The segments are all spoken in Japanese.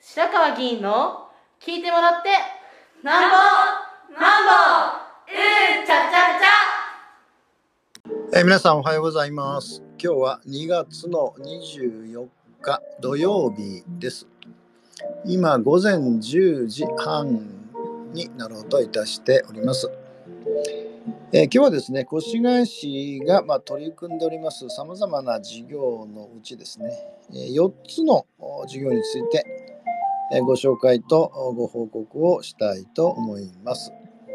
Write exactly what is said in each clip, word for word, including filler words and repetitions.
白川議員の聞いてもらってなんぼなんぼうんちゃちゃちゃ。 えー皆さんおはようございます。今日はにがつのにじゅうよっか土曜日です。今午前じゅうじはんになろうといたしております。えー今日はですね、越谷市が、まあ、取り組んでおりますさまざまな事業のうちですね、えーよっつのお事業について、えーご紹介とおご報告をしたいと思います。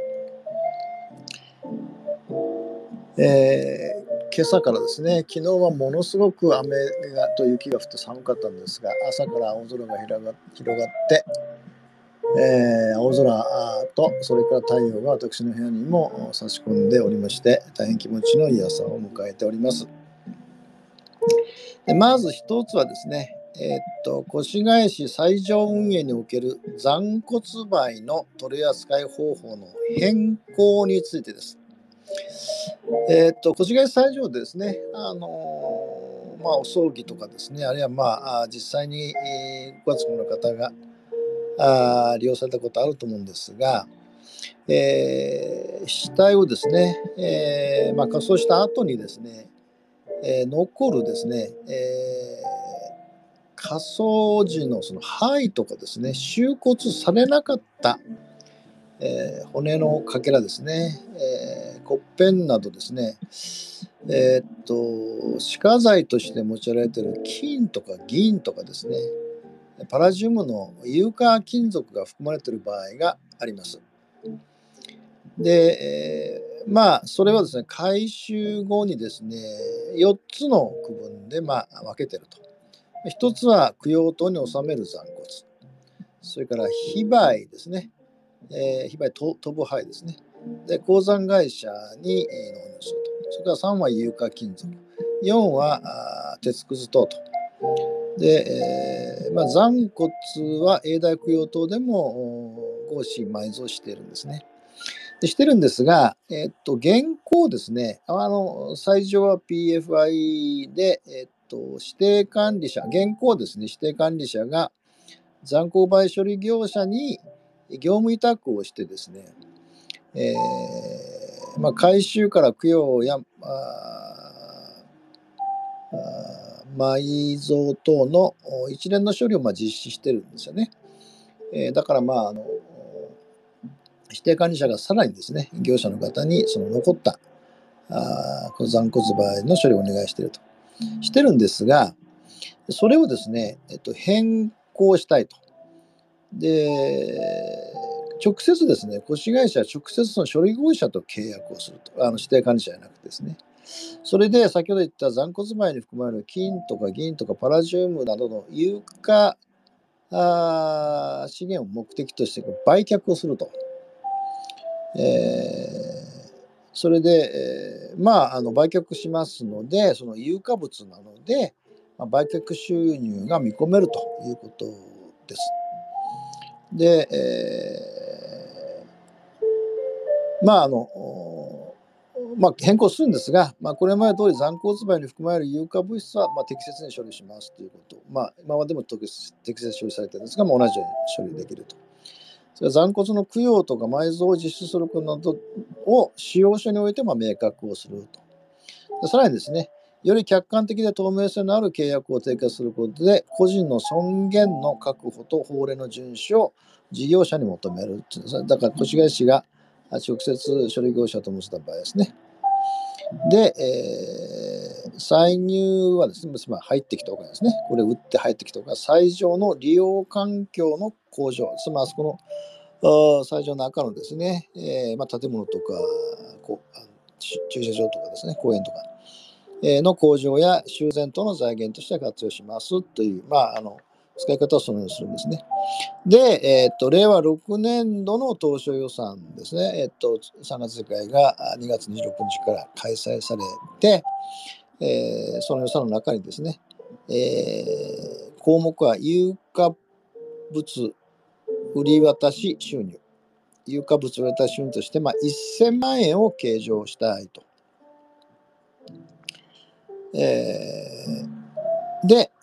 えー今朝からですね、昨日はものすごく雨がと雪が降って寒かったんですが、朝から青空が広が広がって、えー青空あーと、それから太陽が私の部屋にも差し込んでおりまして、大変気持ちのいい朝を迎えております。でまず一つはですね、えーっと越谷市斎場運営における残骨灰の取り扱い方法の変更についてです。えーっと越谷市斎場でですね、あのーまあ、お葬儀とかですね、あるいは、まあ、あー実際に、えーご家族の方があー利用されたことあると思うんですが、えー死体をですね、えーまあ、火葬した後にですね、えー残るですね、えー火葬時のその灰とかですね、収骨されなかった、えー骨のかけらですね、えー骨片などですね、えーっと歯科材として用いられている金とか銀とかですね、パラジウムの有価金属が含まれている場合があります。で、えーまあそれはですね、回収後にですね、よっつの区分でまあ分けていると。一つは供養塔に納める残骨、それから非売ですね、えー、非売と飛ぶ灰ですね。で、鉱山会社に、えー納入すると。それからさんは有価金属、よんはあー鉄くず等と。で、えーまあ、残骨は永代供養塔でも合祀埋蔵しているんですね。でしてるんですが、えっと、現行ですね、あの、最上は ピーエフアイ で、えっと、指定管理者、現行ですね、指定管理者が残鉱売処理業者に業務委託をしてですね、えーまあ、回収から供養や、ああ埋蔵等の一連の処理をまあ実施してるんですよね。えーだから、まあ、あの指定管理者がさらにですね、業者の方にその残ったあこの残骨灰の処理をお願いしていると。してるんですが、それをですね、えっと、変更したいと。で、直接ですね、越谷市は直接その処理会社と契約をすると。あの指定管理者じゃなくてですね。それで先ほど言った残骨灰に含まれる金とか銀とかパラジウムなどの有価あ資源を目的として売却をすると。えーそれで、えーまあ、あの売却しますので、その有価物なので、まあ、売却収入が見込めるということです。で、えーまああのまあ、変更するんですが、まあ、これまで通り残骨灰に含まれる有価物質はまあ適切に処理しますということ、まあ、今までも適切処理されているんですが、まあ、同じように処理できると。それ残骨の供養とか埋蔵を実施することなどを使用書においても明確をすると。でさらにですね、より客観的で透明性のある契約を締結することで、個人の尊厳の確保と法令の遵守を事業者に求めるっていう。だから越谷市が直接処理業者と結んだ場合ですね。で、えー歳入はですね、まあ、入ってきたお金ですね。これ売って入ってきたお金、最上の利用環境の向上、つまりあそこのあ最上の赤のですね、えーまあ、建物とかこうあの駐駐車場とかですね、公園とか、えーの向上や修繕等の財源として活用しますという、まあ、あの使い方をそのようにするんですね。で、えっと、令和ろくねん度の当初予算ですね、えっと、さんがつ次会がにがつにじゅうろくにちから開催されて、えーその予算の中にですね、えー項目は有価物売り渡し収入、有価物売り渡し収入として、まあ、せんまんえんを計上したいと。えーで、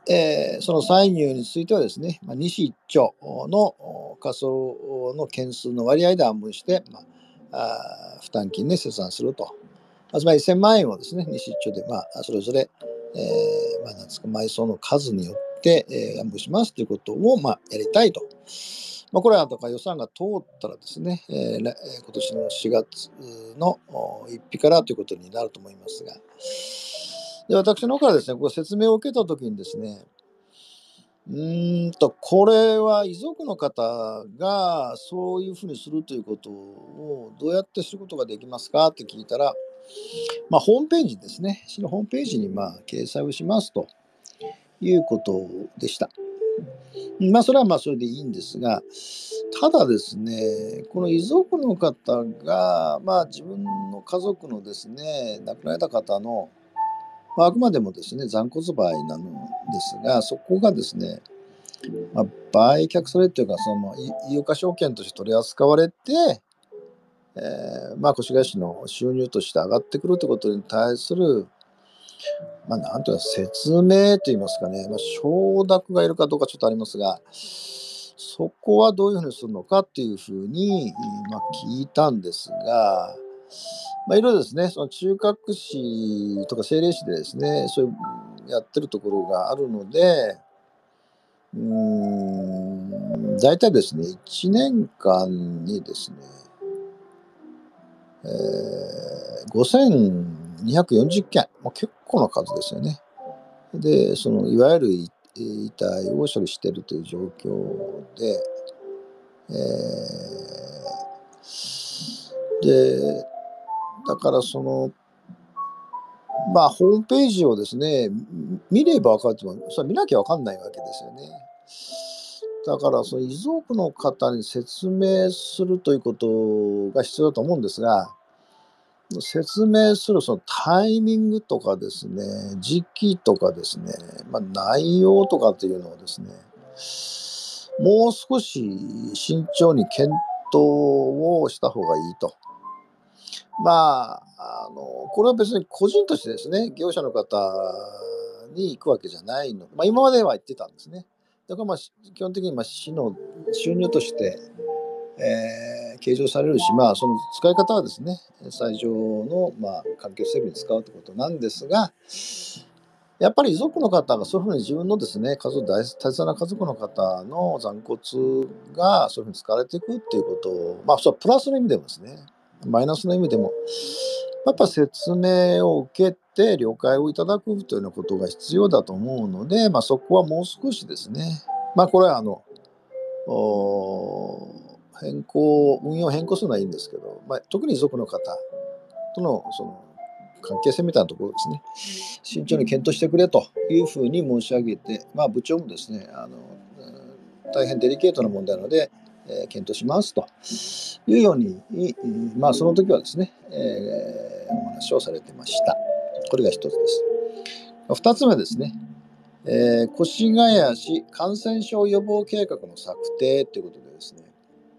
えーその歳入についてはですね、まあ、西いっちょうの仮想の件数の割合で半分して、まあ、あ負担金で折算すると。まあ、つまりせんまん円をですね、西いっちょうで、まあ、それぞれ、えーまあ、なんですか、埋葬の数によって、えー、半分しますということを、まあ、やりたいと。まあ、これはとか予算が通ったらですね、えー、今年のしがつのいっぴからということになると思いますが、で私の方からですね、こう説明を受けたときにですね、うーんと、これは遺族の方がそういうふうにするということをどうやってすることができますかって聞いたら、まあ、ホームページですね、市のホームページにまあ掲載をしますということでした。まあ、それはまあそれでいいんですが、ただですね、この遺族の方が、まあ、自分の家族のですね、亡くなられた方の、まあ、あくまでもですね、残骨灰なのですが、そこがですね、まあ、売却されるというか、そのい有価証券として取り扱われて、えーまあ、越谷市の収入として上がってくるということに対する、まあ、なんというか説明といいますかね、まあ、承諾がいるかどうかちょっとありますが、そこはどういうふうにするのかっていうふうに、まあ、聞いたんですが、まあ、いろいろですね、その中核市とか政令市でですね、そういうやってるところがあるので、うーん、大体ですね、いちねんかんにですね、えー、ごせんにひゃくよんじゅっけん、まあ、結構な数ですよね。で、そのいわゆる遺遺体を処理しているという状況で、えーで、だからその、まあ、ホームページをですね、見れば分かると思う。それは見なきゃ分かんないわけですよね。だから、その遺族の方に説明するということが必要だと思うんですが、説明するそのタイミングとかですね、時期とかですね、まあ、内容とかっていうのをですね、もう少し慎重に検討をした方がいいと。まあ、あの、これは別に個人としてですね、業者の方に行くわけじゃないの。まあ、今までは言ってたんですね。だからまあ、基本的にまあ市の収入として、えー計上されるし、まあ、その使い方はですね、最上の、まあ、環境整備に使うということなんですが、やっぱり遺族の方がそういうふうに自分のですね、家族、大切な家族の方の残骨がそういうふうに使われていくっていうことを、まあ、そうプラスの意味でもですね、マイナスの意味でも、やっぱ説明を受けて了解をいただくというようなことが必要だと思うので、まあ、そこはもう少しですね、まあ、これはあの、変更、運用を変更するのはいいんですけど、まあ、特に遺族の方とのその関係性みたいなところですね、慎重に検討してくれというふうに申し上げて、まあ、部長もですね、あの大変デリケートな問題なので、えー、検討しますというように、まあ、その時はですね、えー、お話をされてました。これが一つです。二つ目ですね、えー、越谷市感染症予防計画の策定ということでですね、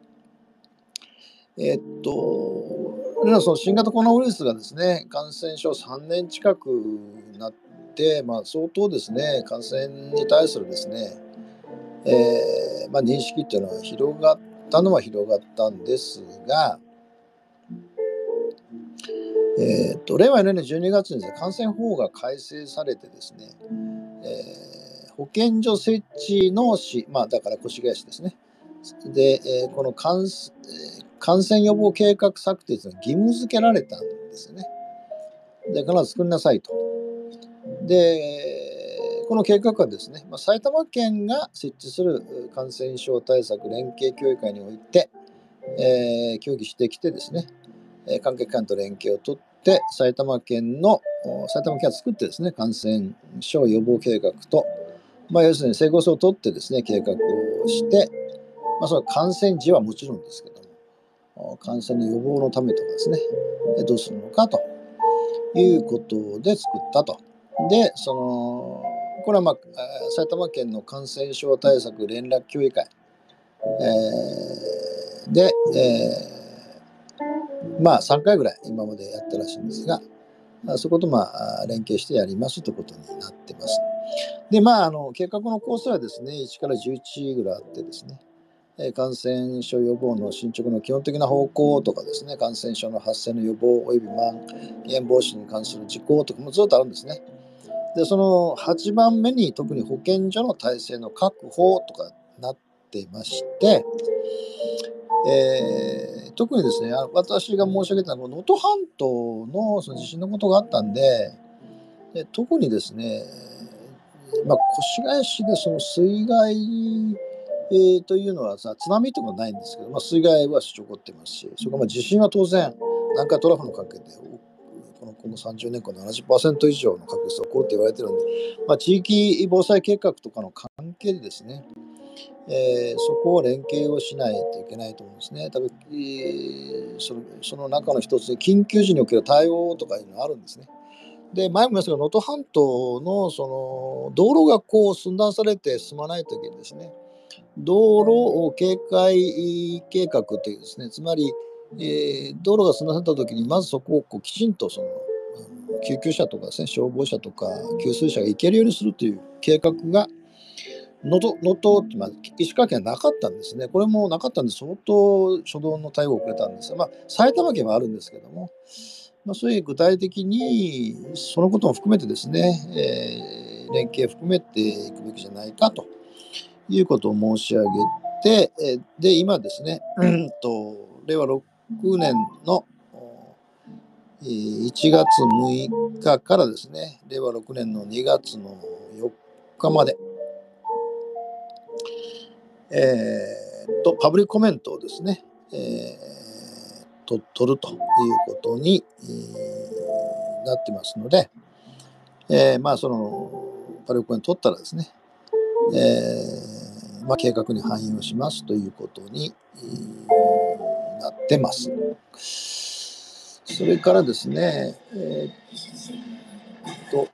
えーっと、その新型コロナウイルスがですね、感染症さんねん近くになって、まあ、相当ですね、感染に対するですね、えーまあ、認識っていうのは広がったのは広がったんですが、えー、と令和よねんのじゅうにがつにですね、感染法が改正されてですね、えー保健所設置の市、まあ、だから越谷市ですね。で、えーこの感感染予防計画策定というのが義務付けられたんですよね。で、必ず作りなさいと。で、この計画はですね、まあ、埼玉県が設置する感染症対策連携協議会において、えー協議してきてですね、えー関係機関と連携を取って、埼玉県の、埼玉県が作ってですね、感染症予防計画と、まあ、要するに整合性を取ってですね、計画をして、まあ、その感染時はもちろんですけども、感染の予防のためとかですね、どうするのかということで作ったと。で、その、これは、まあ、埼玉県の感染症対策連絡協議会、えーで、えーまあ、さんかいぐらい今までやったらしいんですが、そことまあ連携してやりますということになってます。 で、まあ、あの計画のコースはですね、いちからじゅういちぐらいあってですね、感染症予防の進捗の基本的な方向とかですね、感染症の発生の予防及び蔓延防止に関する事項とかもずっとあるんですね。で、そのはちばんめに特に保健所の体制の確保とかなっていまして、えー、特にですね、私が申し上げたのは能登半島のその地震のことがあったんで、で特にですね、まあ、越谷市でその水害、えー、というのはさ、津波とかないんですけど、まあ、水害は起こってますし、それからまあ地震は当然、南海トラフの関係で、この今後さんじゅうねんかんななじゅっパーセント以上の確率で起こると言われてるんで、まあ、地域防災計画とかの関係でですね、えー、そこを連携をしないといけないと思うんですね。多分、えー、そのその中の一つで緊急時における対応とかいうのがあるんですね。で、前も言いましたが、能登半島のその道路がこう寸断されて進まないときにですね、道路警戒計画というですね、つまり、えー、道路が寸断されたときに、まずそこをこうきちんとその救急車とかですね、消防車とか給水車が行けるようにするという計画が、能登、能登、まあ、石川県はなかったんですね。これもなかったんで、相当初動の対応をくれたんですが、まあ、埼玉県はあるんですけども、まあ、そういう具体的にそのことも含めてですね、えー、連携を含めていくべきじゃないかということを申し上げて、えで、今ですね、うんとれいわろくねんのいちがつむいかからですね、れいわろくねんのにがつのよっかまで、えー、とパブリックコメントをですね、えー、と取るということに、えー、なってますので、えー、まあそのパブリックコメント取ったらですね、えーまあ、計画に反映をしますということに、えー、なってます。それからですね、えー、と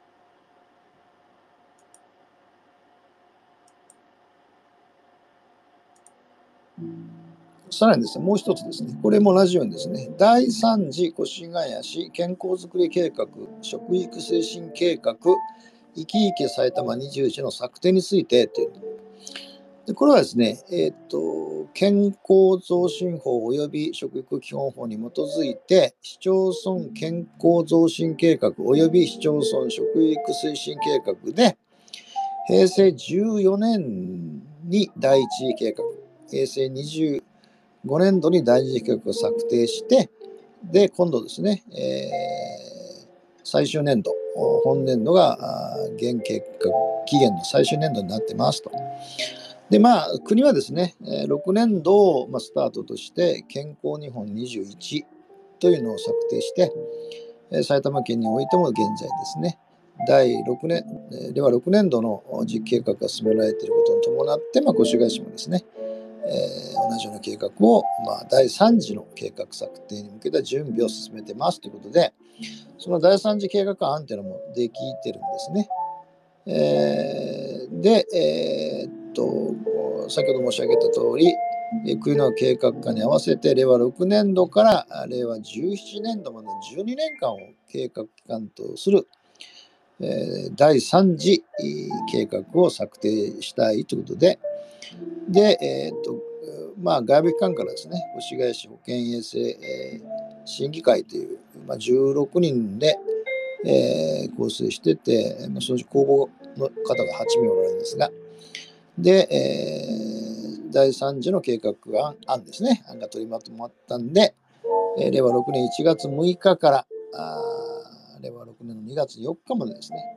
さらにですね、もう一つですね、これも同じようにですね、だいさん次越谷市健康づくり計画、食育推進計画、いきいけ埼玉にじゅういちの策定についてという。でこれはですね、えーと、健康増進法及び食育基本法に基づいて、市町村健康増進計画及び市町村食育推進計画で、へいせいじゅうよねんに第一次計画、へいせいにじゅうごねん度に第二次計画を策定して、で、今度ですね、えー、最終年度、本年度が現計画期限の最終年度になってますと。で、まあ、国はですね、ろくねん度をスタートとして、健康日本にじゅういちというのを策定して、埼玉県においても現在ですね、だいろくねん、れいわろくねん度の実計画が進められていることに伴って、まあ、越谷市もですね、えー、同じような計画を、まあ、だいさん次の計画策定に向けた準備を進めてますということで、そのだいさん次計画案というのもできてるんですね。えー、で、えー、っと、先ほど申し上げた通り、国の計画化に合わせて、れいわろくねん度かられいわじゅうななねん度までのじゅうにねんかんを計画期間とする、えー、だいさん次計画を策定したいということで、で、えー、っと、まあ、外部機関からですね、越谷市保健衛生、えー、審議会という、まあ、じゅうろくにんで、えー、構成してて、まあ、そのうち公募の方がはちめいおられるんですが、で、えー、だいさん次の計画案、案ですね、案が取りまとまったんで、えー、れいわろくねんいちがつむいかから、あれいわろくねんのにがつよっかまでですね、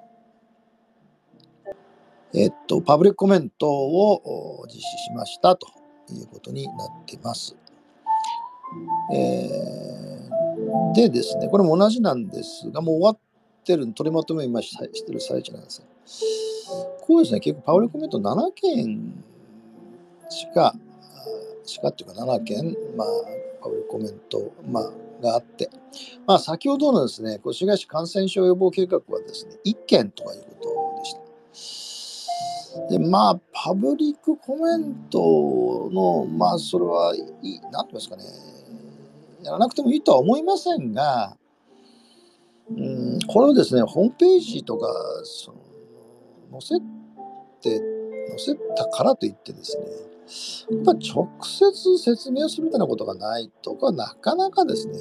えっと、パブリックコメントを実施しましたということになっています。えー、でですね、これも同じなんですが、もう終わってる、取りまとめ今してる最中なんですが、こうですね、結構パブリックコメントななけんしか、しかっていうかななけん、まあ、パブリックコメント、まあ、があって、まあ、先ほどのですね、越谷市感染症予防計画はですね、いっけんとかいうことでした。で、まあ、パブリックコメントの、まあ、それは、いなんて言いますかね、やらなくてもいいとは思いませんが、うん、これをですね、ホームページとか、その載せて載せたからといってですね、やっぱ直接説明をするみたいなことがないとか、なかなかですね、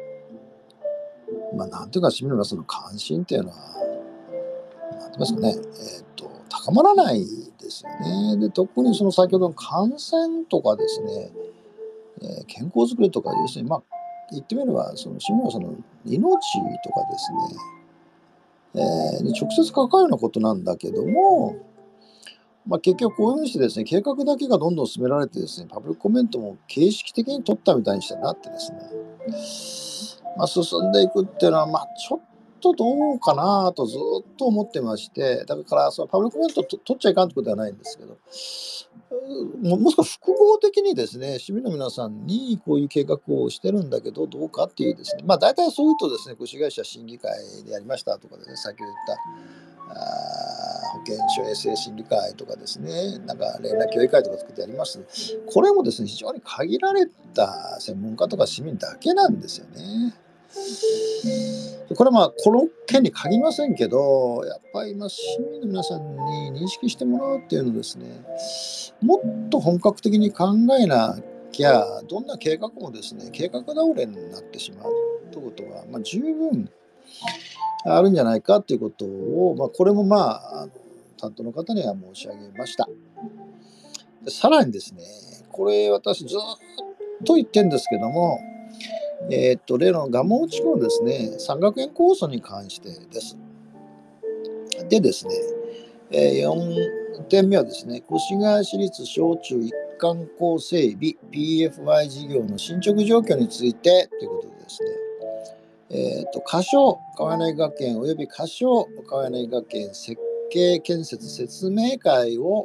まあ、なんていうか、市民の皆さんの関心っていうのは、なんて言いますかね、えっと、高まらないですよね。で、特にその先ほどの感染とかですね、えー健康づくりとか、要するに、まあ、言ってみれば、その市民のその命とかですね、えーに直接関わるようなことなんだけども、まあ、結局こういうふうにしてですね、計画だけがどんどん進められてですね、パブリックコメントも形式的に取ったみたいにしてなってですね、まあ、進んでいくっていうのは、まあ、ちょっとどうかなとずっと思ってまして、だからそのパブリックコメントと取っちゃいかんってことではないんですけど、ももしくは複合的にですね、市民の皆さんにこういう計画をしてるんだけど、どうかっていうですね、まあ大体そういうとですね、越谷市は審議会でやりましたとかですね、先ほど言った、あ保健所衛生審議会とかですね、なんか連絡協議会とか作ってやります。これもですね、非常に限られた専門家とか市民だけなんですよね。これはまあ、この件に限りませんけど、やっぱり今、市民の皆さんに認識してもらうっていうのですね、もっと本格的に考えなきゃ、どんな計画もですね、計画倒れになってしまうということが、まあ、十分あるんじゃないかということを、まあ、これもまあ、あの担当の方には申し上げました。でさらにですね、これ私ずっと言ってるんですけども、えー、っと、例の蒲生地区のですね、産学園構想に関してです。でですね、えー、よんてんめはですね、越谷市立小中一貫校整備 ピーエフワイ 事業の進捗状況についてということでですね、えー、と、仮称川柳学園及び仮称川柳学園設計建設説明会を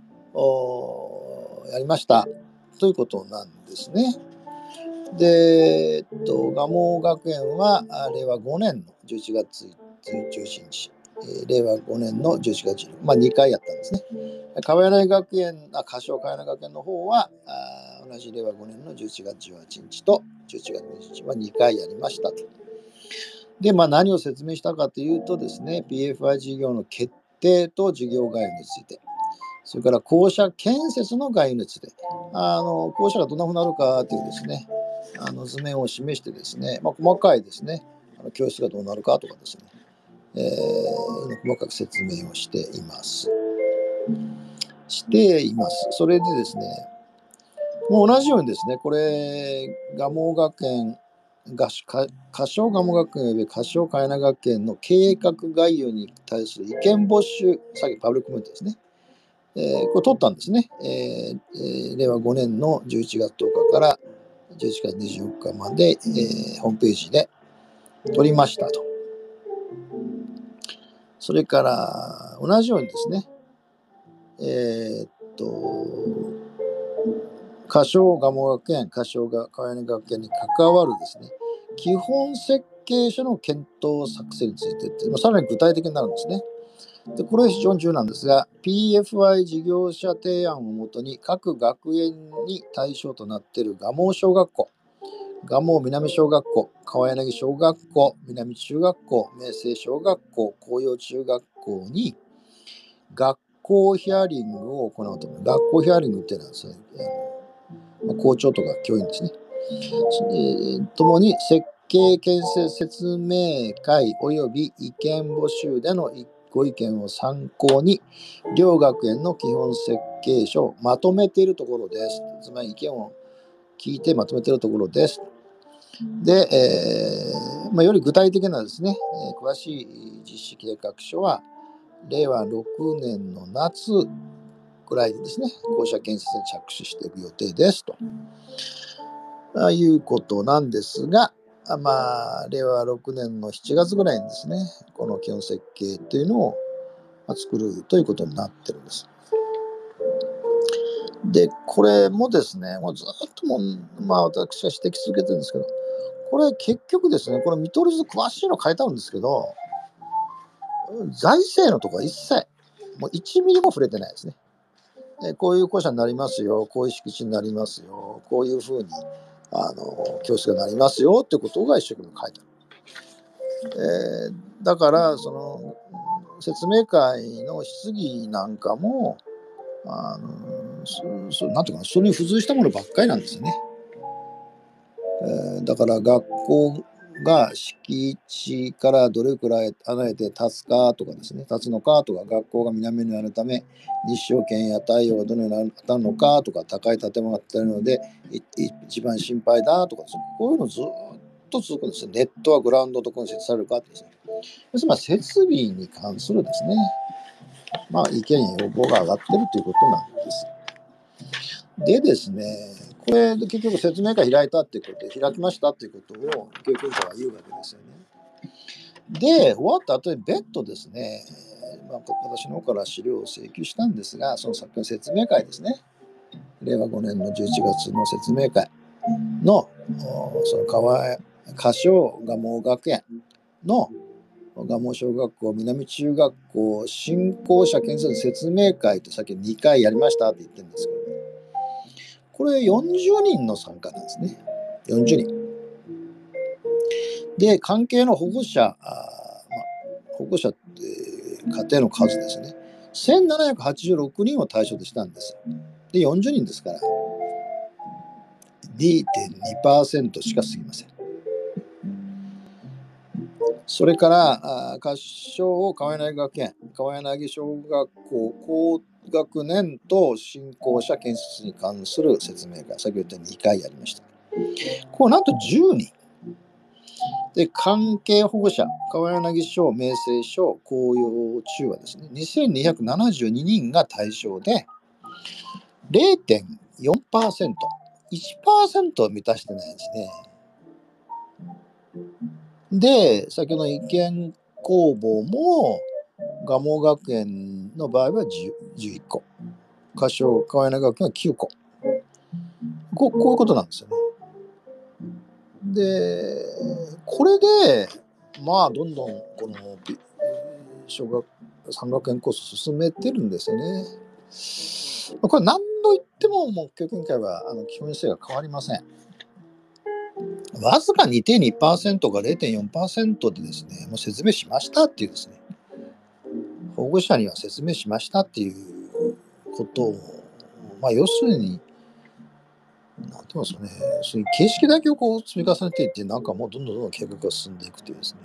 やりましたということなんですね。で、えっと、蒲生学園は令和ごねんのじゅういちがつじゅうしちにち、えー、令和ごねんのじゅういちがつじゅうにち、まあにかいやったんですね。川柳学園、あ、仮称川柳学園の方はあ同じ令和ごねんのじゅういちがつじゅうはちにちとじゅういちがつにじゅうにちはにかいやりましたと。で、まあ、何を説明したかというとですね、ピーエフアイ 事業の決定と事業概要について、それから校舎建設の概要について、あの校舎がどんなふうになるかというですね、あの図面を示してですね、まあ、細かいですね、あの教室がどうなるかとかですね、えー、細かく説明をしています。しています。それでですね、もう同じようにですね、これ、蒲生学園、仮称蒲生学園及び仮称茅野学園の計画概要に対する意見募集、さっきパブリックコメントですね。えー、これ取ったんですね。えーえー、令和ごねんのじゅういちがつとおかからじゅういちがつにじゅうよっかまで、えー、ホームページで取りましたと。それから同じようにですね、えー、っと、仮称蒲生学園、仮称が川柳学園に関わるですね、基本設計書の検討作成についてって、まあ、さらに具体的になるんですね。で、これは非常に重要なんですが、ピーエフワイ 事業者提案をもとに各学園に対象となっている蒲生小学校、蒲生南小学校、川柳小学校、南中学校、明星小学校、紅葉中学校に学校ヒアリングを行うと。学校ヒアリングっていうのはですね、校長とか教員ですね。えー、ともに設計建設説明会及び意見募集でのご意見を参考に両学園の基本設計書をまとめているところです。つまり意見を聞いてまとめているところです。で、えーまあ、より具体的なですね、えー、詳しい実施計画書は令和ろくねんの夏ぐらいにですね、校舎建設に着手していく予定ですと。あいうことなんですが、まあ、令和ろくねんのしちがつぐらいにですね、この基本設計というのを作るということになってるんです。で、これもですね、もうずっとも、まあ、私は指摘続けてるんですけど、これ結局ですね、これ見取り図詳しいの書いてあるんですけど、財政のところは一切、もういちミリも触れてないですね。こういう校舎になりますよ、こういう敷地になりますよ、こういうふうにあの教室がなりますよってことが一生懸命書いてある。えー、だからその説明会の質疑なんかも、あのそそなんていうかな、それに付随したものばっかりなんですよね。えーだから学校が敷地からどれくらい離れて立つかとかですね、立つのかとか、学校が南にあるため日照権や太陽がどのように当たるのかとか、高い建物が建てるのでいい一番心配だとかですね、こういうのずっと続くんですよ。ネットはグラウンドどこに設置されるかってですね。要するに設備に関するですね、まあ、意見や要望が上がってるということなんです。でですね、これで結局説明会開いたっていうことで、開きましたっていうことを教育委員会は言うわけですよね。で、終わった後に別途ですね、まあ、私の方から資料を請求したんですが、その先の説明会ですね、れいわごねんのじゅういちがつの説明会の、その川歌唱蒲生学園の蒲生小学校、南中学校、新校舎建設説明会とさっきにかいやりましたって言ってるんですけど、これよんじゅうにんの参加なんですね。よんじゅうにん。で、関係の保護者、あまあ、保護者って家庭の数ですね。せんななひゃくはちじゅうろくにんを対象としたんです。で、よんじゅうにんですから、にてんにパーセント しか過ぎません。それから、合唱川柳学園、川柳小学校高学年と新校舎建設に関する説明会、先ほど言ったようににかいやりました。こうなんとじゅうにん。で、関係保護者、川柳小、明星小、紅葉中はですね、にせんにひゃくななじゅうににんが対象で、れいてんよんパーセント、いちパーセント 満たしてないんですね。で、先ほどの意見公募も、蒲生学園の場合はじゅういっこ、歌唱川柳学園はきゅうこ。ここういうことなんですよね。で、これで、まあ、どんどんこの小学さん学園コース進めてるんですよね。これ何度言っても、もう教育委員会はあの基本姿勢が変わりません。わずか にてんにパーセント が れいてんよんパーセント でですね、もう説明しましたっていうですね、保護者には説明しましたっていうことを、まあ、要するに、なんて言いますかね、そういう形式だけをこう積み重ねていって、なんかもうどんどんどんどん計画が進んでいくというですね。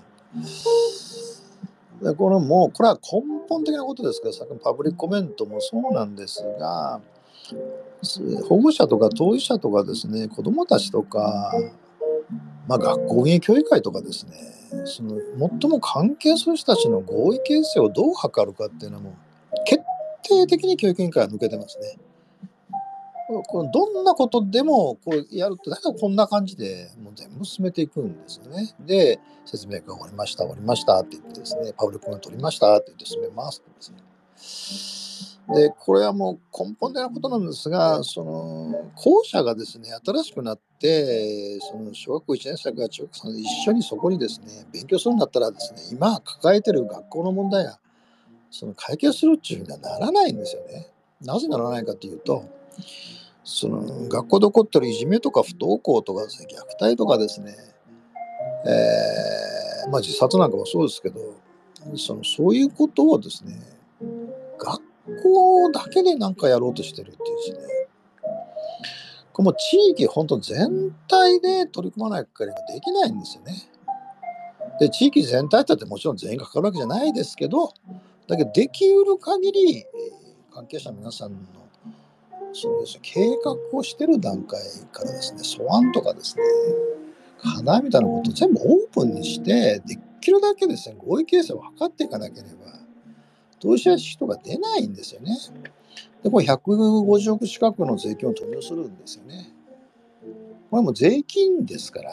でこれもう、これは根本的なことですから、さっきのパブリックコメントもそうなんですが、保護者とか当事者とかですね、子どもたちとか、まあ、学校現役教育会とかですね、その最も関係する人たちの合意形成をどう図るかっていうのはもう決定的に教育委員会は抜けてますね。このどんなことでもこうやると、だからこんな感じでもう全部進めていくんですよね。で、説明会終わりました、終わりましたって言ってですね、パブリックコメント取りましたって言って進めますってですね。で、これはもう根本的なことなんですが、その校舎がですね、新しくなって、その小学校いちねん生から中学さんで一緒にそこにですね、勉強するんだったらですね、今抱えてる学校の問題がその解決するっていうふうにはならないんですよね。なぜならないかというと、その学校で起こってるいじめとか不登校とかですね、虐待とかですね、えーまあ、自殺なんかもそうですけど、そのそういうことをですね、学校だけで何かやろうとしてるっていうですね、これもう地域本当全体で取り組まない限りはできないんですよね。で、地域全体ってもちろん全員がかかるわけじゃないですけど、だけどできうる限り、えー関係者の皆さんのそうです、計画をしてる段階からですね、素案とかですね、課題みたいなことを全部オープンにして、できるだけですね、合意形成を図っていかなければ、当事者意識とか出ないんですよね。で、これひゃくごじゅうおく近くの税金を投入するんですよね。これも税金ですから、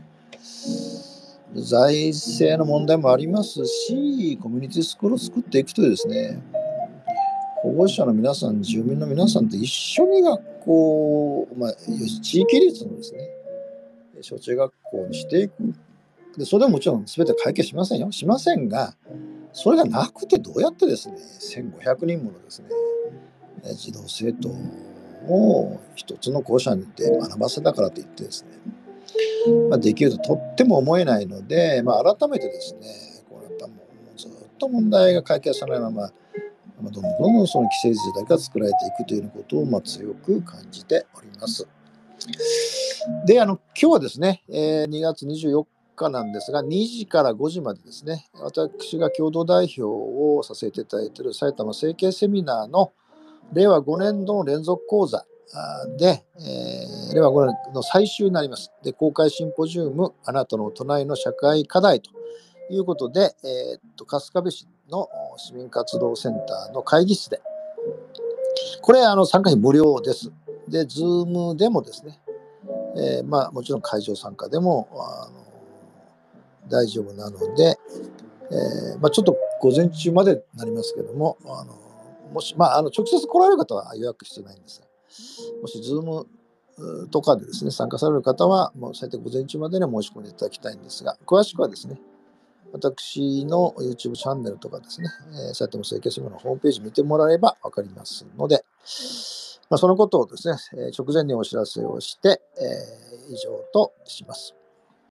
財政の問題もありますし、コミュニティスクールを作っていくとですね、保護者の皆さん、住民の皆さんと一緒に学校、まあ、地域立のですね、小中学校にしていく。で、それはもちろん全て解決しませんよ。しませんが、それがなくてどうやってですね、せんごひゃくにんものですね、児童生徒を一つの校舎にて学ばせたからといってですね、まあ、できるととっても思えないので、まあ、改めてですね、これやっぱもうずっと問題が解決されないまま、どんどんどんどんその既成事態が作られていくというようなことをまあ強く感じております。で、あの今日はですね、えー、にがつにじゅうよっかなんですが、にじからごじまでですね、私が共同代表をさせていただいている埼玉整形セミナーのれいわごねんどの連続講座で、えー、れいわごねんの最終になります。で、公開シンポジウム、あなたの隣の社会課題ということで、えー、っと春日部市の市民活動センターの会議室で、これあの参加費無料です。で、ズームでもですね、えー、まあもちろん会場参加でもあの大丈夫なので、えーまあ、ちょっと午前中までになりますけども、あのもし、まあ、あの直接来られる方は予約必要ないんですが、もしズームとかでですね、参加される方は、もう最低午前中までに申し込んでいただきたいんですが、詳しくはですね、私の YouTube チャンネルとかですね、えー、埼玉整形セミナーのホームページ見てもらえれば分かりますので、まあ、そのことをですね、直前にお知らせをして、えー、以上とします。